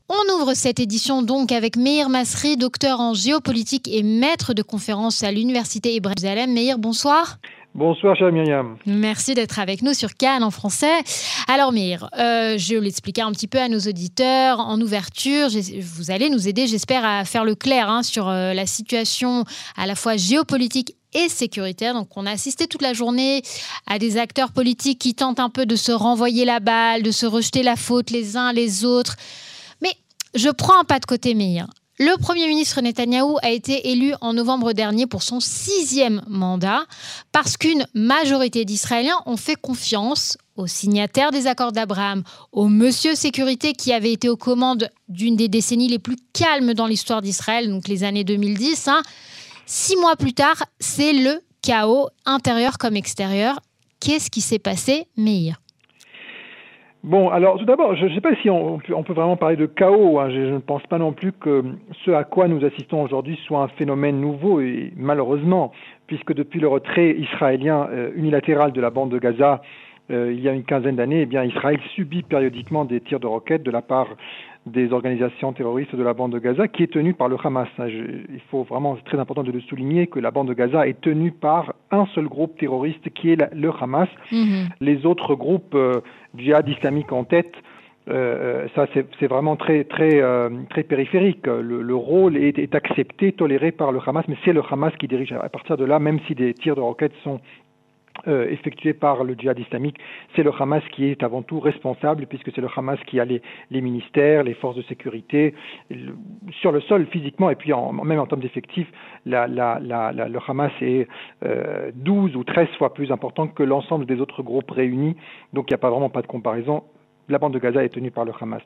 On ouvre cette édition donc avec Meir Masri, docteur en géopolitique et maître de conférences à l'Université Hébraïque de Jérusalem. Meir, bonsoir. Bonsoir, chère Myriam. Merci d'être avec nous sur Cannes en français. Alors Meir, je vais l'expliquer un petit peu à nos auditeurs en ouverture. Vous allez nous aider, j'espère, à faire le clair sur la situation à la fois géopolitique et sécuritaire. Donc on a assisté toute la journée à des acteurs politiques qui tentent un peu de se renvoyer la balle, de se rejeter la faute les uns les autres. Mais je prends un pas de côté, Meir. Le Premier ministre Netanyahou a été élu en novembre dernier pour son 6e mandat parce qu'une majorité d'Israéliens ont fait confiance aux signataires des accords d'Abraham, au monsieur sécurité qui avait été aux commandes d'une des décennies les plus calmes dans l'histoire d'Israël, donc les années 2010. 6 mois plus tard, c'est le chaos intérieur comme extérieur. Qu'est-ce qui s'est passé, Meir ? Bon, alors tout d'abord, je ne sais pas si on peut vraiment parler de chaos. Je ne pense pas non plus que ce à quoi nous assistons aujourd'hui soit un phénomène nouveau, et malheureusement, puisque depuis le retrait israélien unilatéral de la bande de Gaza, il y a une quinzaine d'années, Israël subit périodiquement des tirs de roquettes de la part des organisations terroristes de la bande de Gaza, qui est tenue par le Hamas. Il faut vraiment, c'est très important de le souligner, que la bande de Gaza est tenue par un seul groupe terroriste qui est le Hamas. Les autres groupes djihad islamique en tête, ça c'est vraiment très périphérique. Le rôle est accepté, toléré par le Hamas, mais c'est le Hamas qui dirige. À partir de là, même si des tirs de roquettes sont effectué par le djihad islamique, c'est le Hamas qui est avant tout responsable, puisque c'est le Hamas qui a les ministères, les forces de sécurité sur le sol physiquement, et puis même en termes d'effectifs, le Hamas est 12 ou 13 fois plus important que l'ensemble des autres groupes réunis, donc il n'y a vraiment pas de comparaison. La bande de Gaza est tenue par le Hamas.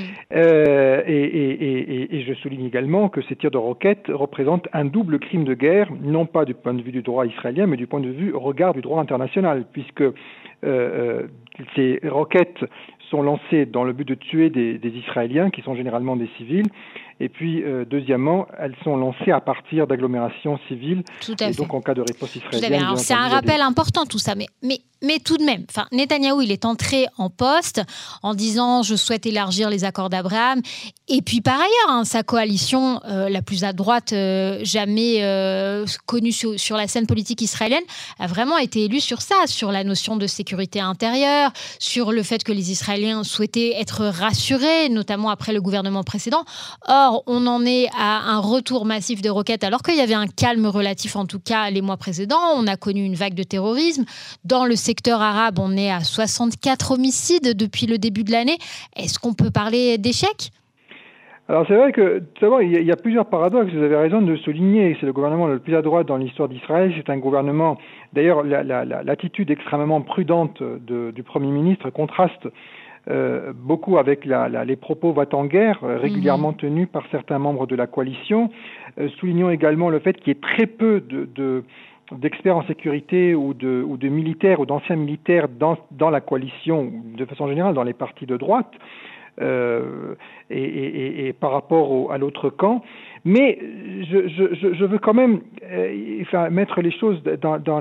Et je souligne également que ces tirs de roquettes représentent un double crime de guerre, non pas du point de vue du droit israélien, mais du point de vue regard du droit international, puisque ces roquettes sont lancées dans le but de tuer des Israéliens, qui sont généralement des civils, et puis deuxièmement, elles sont lancées à partir d'agglomérations civiles, et donc en cas de riposte israélienne. Alors c'est un rappel important tout ça, mais tout de même, Netanyahou, il est entré en poste en disant « je souhaite élargir les accords d'Abraham ». Et puis par ailleurs, sa coalition la plus à droite jamais connue sur la scène politique israélienne a vraiment été élue sur ça, sur la notion de sécurité intérieure, sur le fait que les Israéliens souhaitaient être rassurés, notamment après le gouvernement précédent. Or, on en est à un retour massif de roquettes, alors qu'il y avait un calme relatif, en tout cas les mois précédents. On a connu une vague de terrorisme. Dans le secteur arabe, on est à 64 homicides depuis le début de l'année. Est-ce qu'on peut parler d'échec ? Alors c'est vrai que, tout d'abord, il y a plusieurs paradoxes, vous avez raison de le souligner. C'est le gouvernement le plus à droite dans l'histoire d'Israël. C'est un gouvernement, d'ailleurs, l'attitude extrêmement prudente du Premier ministre contraste beaucoup avec les propos va-t-en-guerre régulièrement tenus par certains membres de la coalition. Soulignons également le fait qu'il y ait très peu d'experts en sécurité ou de militaires ou d'anciens militaires dans la coalition, de façon générale dans les partis de droite. Et par rapport à l'autre camp, mais je veux quand même mettre les choses dans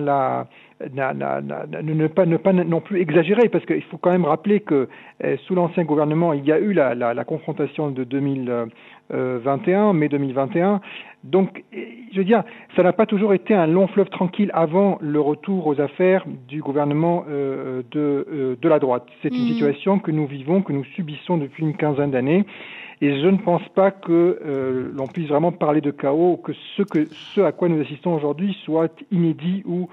ne pas non plus exagérer, parce qu'il faut quand même rappeler que sous l'ancien gouvernement, il y a eu la confrontation de 2021, mai 2021. Donc, je veux dire, ça n'a pas toujours été un long fleuve tranquille avant le retour aux affaires du gouvernement de la droite. C'est une situation que nous vivons, que nous subissons depuis une quinzaine d'années. Et je ne pense pas que l'on puisse vraiment parler de chaos, que ce à quoi nous assistons aujourd'hui soit inédit ou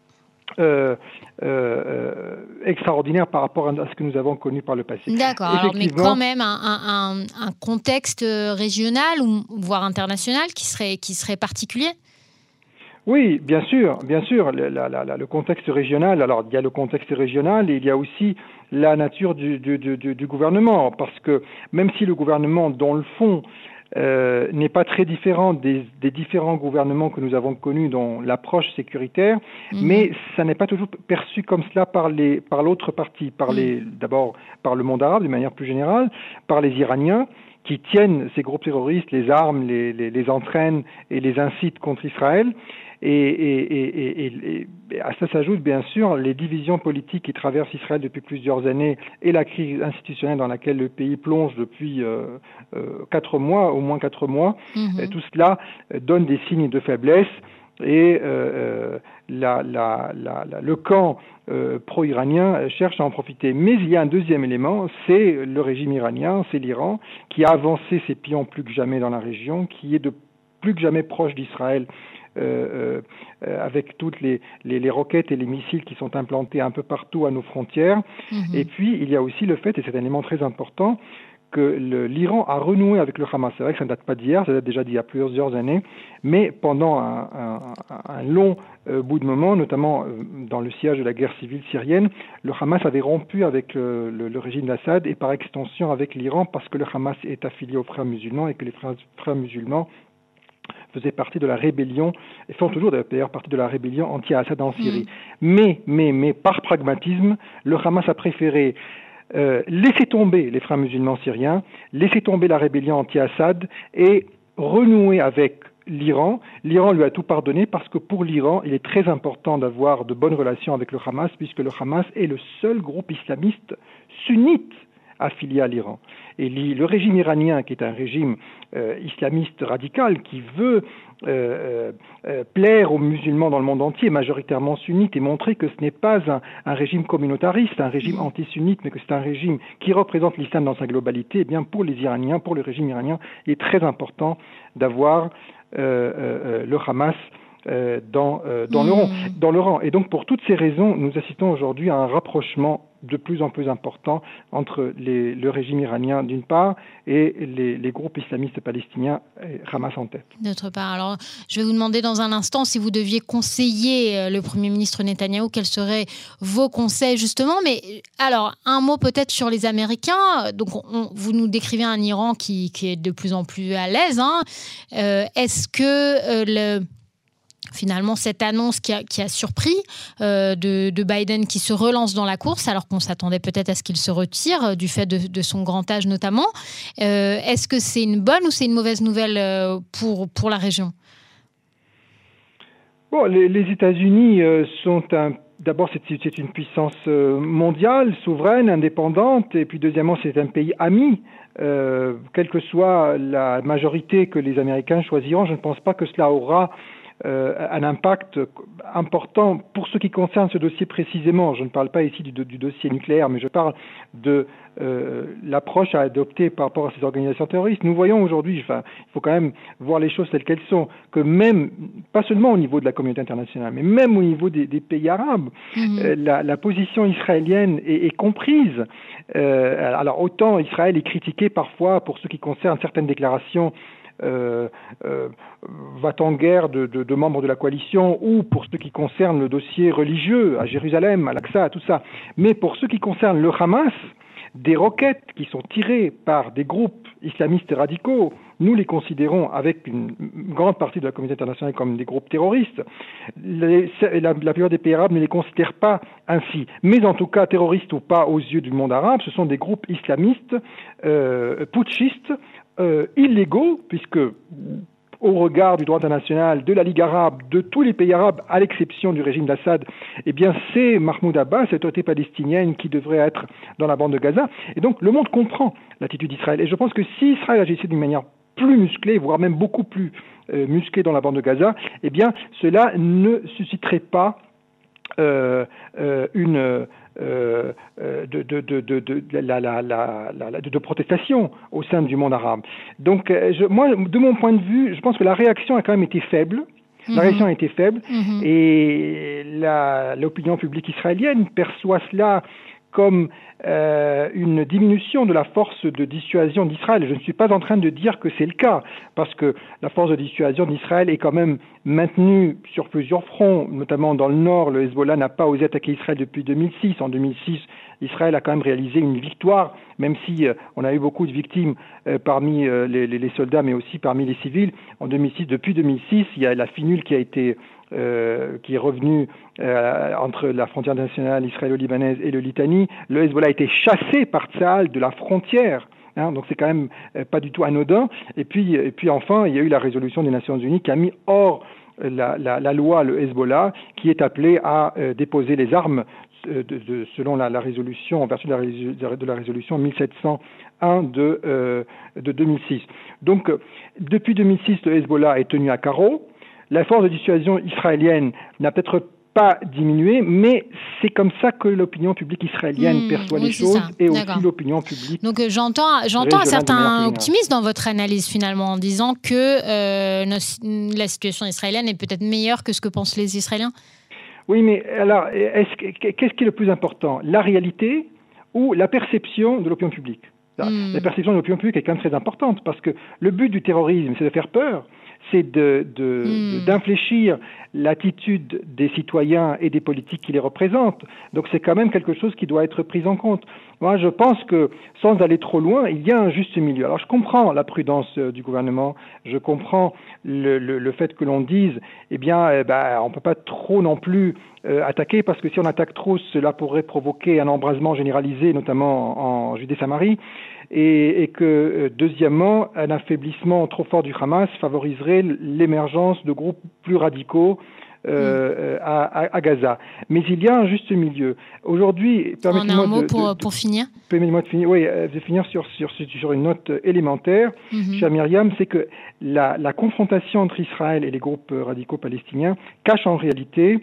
extraordinaire par rapport à ce que nous avons connu par le passé. D'accord, mais quand même un contexte régional ou voire international qui serait particulier ? Oui, bien sûr. Le contexte régional, alors il y a le contexte régional et il y a aussi la nature du gouvernement, parce que même si le gouvernement, dans le fond, n'est pas très différent des différents gouvernements que nous avons connus dans l'approche sécuritaire, mais ça n'est pas toujours perçu comme cela par l'autre partie, d'abord par le monde arabe de manière plus générale, par les Iraniens, qui tiennent ces groupes terroristes, les armes, les entraînent et les incitent contre Israël. Et à ça s'ajoute bien sûr les divisions politiques qui traversent Israël depuis plusieurs années et la crise institutionnelle dans laquelle le pays plonge depuis 4 mois, au moins 4 mois. Tout cela donne des signes de faiblesse. Et le camp pro-iranien cherche à en profiter. Mais il y a un deuxième élément, c'est le régime iranien, c'est l'Iran, qui a avancé ses pions plus que jamais dans la région, qui est de plus que jamais proche d'Israël, avec toutes les roquettes et les missiles qui sont implantés un peu partout à nos frontières. Et puis, il y a aussi le fait, et c'est un élément très important, que l'Iran a renoué avec le Hamas. C'est vrai que ça ne date pas d'hier, ça date déjà d'il y a plusieurs années, mais pendant un long bout de moment, notamment dans le sillage de la guerre civile syrienne, le Hamas avait rompu avec le régime d'Assad et par extension avec l'Iran parce que le Hamas est affilié aux frères musulmans et que les frères musulmans faisaient partie de la rébellion, et font toujours d'ailleurs partie de la rébellion anti-Assad en Syrie. Mais par pragmatisme, le Hamas a préféré laisser tomber les frères musulmans syriens, laisser tomber la rébellion anti-Assad et renouer avec l'Iran. L'Iran lui a tout pardonné parce que pour l'Iran, il est très important d'avoir de bonnes relations avec le Hamas puisque le Hamas est le seul groupe islamiste sunnite affilié à l'Iran. Et le régime iranien, qui est un régime islamiste radical, qui veut plaire aux musulmans dans le monde entier, majoritairement sunnites, et montrer que ce n'est pas un régime communautariste, un régime anti-sunnite, mais que c'est un régime qui représente l'islam dans sa globalité, eh bien pour les Iraniens, pour le régime iranien, il est très important d'avoir le Hamas dans le rang. Et donc pour toutes ces raisons, nous assistons aujourd'hui à un rapprochement de plus en plus important entre le régime iranien d'une part et les groupes islamistes palestiniens, Hamas en tête. D'autre part, alors je vais vous demander dans un instant si vous deviez conseiller le Premier ministre Netanyahou, quels seraient vos conseils justement. Mais alors un mot peut-être sur les Américains. Donc vous nous décrivez un Iran qui est de plus en plus à l'aise. Est-ce que finalement, cette annonce qui a surpris de Biden qui se relance dans la course, alors qu'on s'attendait peut-être à ce qu'il se retire du fait de son grand âge notamment. Est-ce que c'est une bonne ou c'est une mauvaise nouvelle pour la région ? Bon, les États-Unis sont d'abord, c'est une puissance mondiale, souveraine, indépendante, et puis deuxièmement, c'est un pays ami. Quelle que soit la majorité que les Américains choisiront, je ne pense pas que cela aura un impact important pour ce qui concerne ce dossier précisément. Je ne parle pas ici du dossier nucléaire, mais je parle de l'approche à adopter par rapport à ces organisations terroristes. Nous voyons aujourd'hui, il faut quand même voir les choses telles qu'elles sont, que même, pas seulement au niveau de la communauté internationale, mais même au niveau des pays arabes, la position israélienne est comprise. Alors autant Israël est critiqué parfois pour ce qui concerne certaines déclarations va-t-en-guerre de membres de la coalition ou pour ce qui concerne le dossier religieux à Jérusalem, à l'Aqsa, tout ça. Mais pour ce qui concerne le Hamas, des roquettes qui sont tirées par des groupes islamistes radicaux, nous les considérons avec une grande partie de la communauté internationale comme des groupes terroristes. La plupart des pays arabes ne les considèrent pas ainsi. Mais en tout cas, terroristes ou pas aux yeux du monde arabe, ce sont des groupes islamistes, putschistes, illégaux, puisque au regard du droit international, de la Ligue arabe, de tous les pays arabes, à l'exception du régime d'Assad, eh bien c'est Mahmoud Abbas, cette autorité palestinienne qui devrait être dans la bande de Gaza. Et donc le monde comprend l'attitude d'Israël. Et je pense que si Israël agissait d'une manière plus musclée, voire même beaucoup plus musclée dans la bande de Gaza, eh bien cela ne susciterait pas de protestation au sein du monde arabe. Donc, moi, de mon point de vue, je pense que la réaction a quand même été faible. La réaction a été faible et l'opinion publique israélienne perçoit cela comme une diminution de la force de dissuasion d'Israël. Je ne suis pas en train de dire que c'est le cas, parce que la force de dissuasion d'Israël est quand même maintenue sur plusieurs fronts, notamment dans le nord. Le Hezbollah n'a pas osé attaquer Israël depuis 2006. En 2006, Israël a quand même réalisé une victoire, même si on a eu beaucoup de victimes parmi les soldats, mais aussi parmi les civils. En 2006, depuis 2006, il y a la finule qui est revenue entre la frontière nationale israélo-libanaise et le Litanie. Le Hezbollah a été chassé par Tsahal de la frontière. Donc c'est quand même pas du tout anodin. Et puis enfin, il y a eu la résolution des Nations Unies qui a mis hors la loi, le Hezbollah, qui est appelé à déposer les armes selon la résolution, en vertu de la résolution 1701 de 2006. Donc, depuis 2006, le Hezbollah est tenu à carreau. La force de dissuasion israélienne n'a peut-être pas diminué, mais c'est comme ça que l'opinion publique israélienne perçoit les choses et aussi l'opinion publique. Donc j'entends un certain optimisme dans votre analyse finalement en disant que la situation israélienne est peut-être meilleure que ce que pensent les Israéliens. Oui, mais alors, qu'est-ce qui est le plus important? La réalité ou la perception de l'opinion publique? La perception de l'opinion publique est quand même très importante parce que le but du terrorisme, c'est de faire peur, c'est d'infléchir l'attitude des citoyens et des politiques qui les représentent. Donc c'est quand même quelque chose qui doit être pris en compte. Moi, je pense que, sans aller trop loin, il y a un juste milieu. Alors je comprends la prudence du gouvernement, je comprends le fait que l'on dise, on ne peut pas trop non plus attaquer, parce que si on attaque trop, cela pourrait provoquer un embrasement généralisé, notamment en Judée-Samarie, et que, deuxièmement, un affaiblissement trop fort du Hamas favoriserait l'émergence de groupes plus radicaux à Gaza. Mais il y a un juste milieu. Aujourd'hui, permettez-moi pour finir. Permettez-moi de finir sur une note élémentaire, chère Myriam, c'est que la confrontation entre Israël et les groupes radicaux palestiniens cache en réalité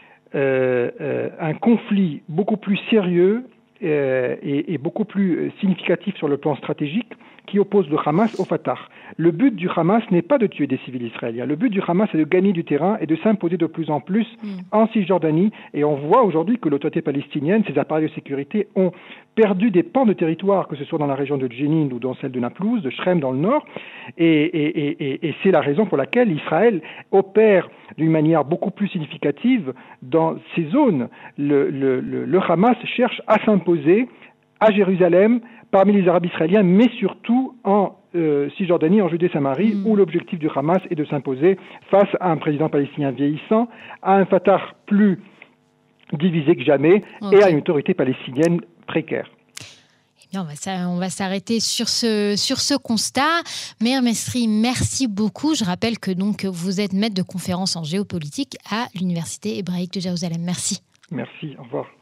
un conflit beaucoup plus sérieux et beaucoup plus significatif sur le plan stratégique qui oppose le Hamas au Fatah. Le but du Hamas n'est pas de tuer des civils israéliens. Le but du Hamas est de gagner du terrain et de s'imposer de plus en plus en Cisjordanie. Et on voit aujourd'hui que l'autorité palestinienne, ses appareils de sécurité ont perdu des pans de territoire, que ce soit dans la région de Jenin ou dans celle de Naplouse, de Shrem dans le nord. Et c'est la raison pour laquelle Israël opère d'une manière beaucoup plus significative dans ces zones. Le Hamas cherche à s'imposer à Jérusalem, parmi les Arabes israéliens, mais surtout en Cisjordanie, en Judée-Samarie, où l'objectif du Hamas est de s'imposer face à un président palestinien vieillissant, à un Fatah plus divisé que jamais, et à une autorité palestinienne précaire. Eh bien, on va s'arrêter sur ce constat. Meir Mesri, merci beaucoup. Je rappelle que donc vous êtes maître de conférence en géopolitique à l'Université hébraïque de Jérusalem. Merci. Merci, au revoir.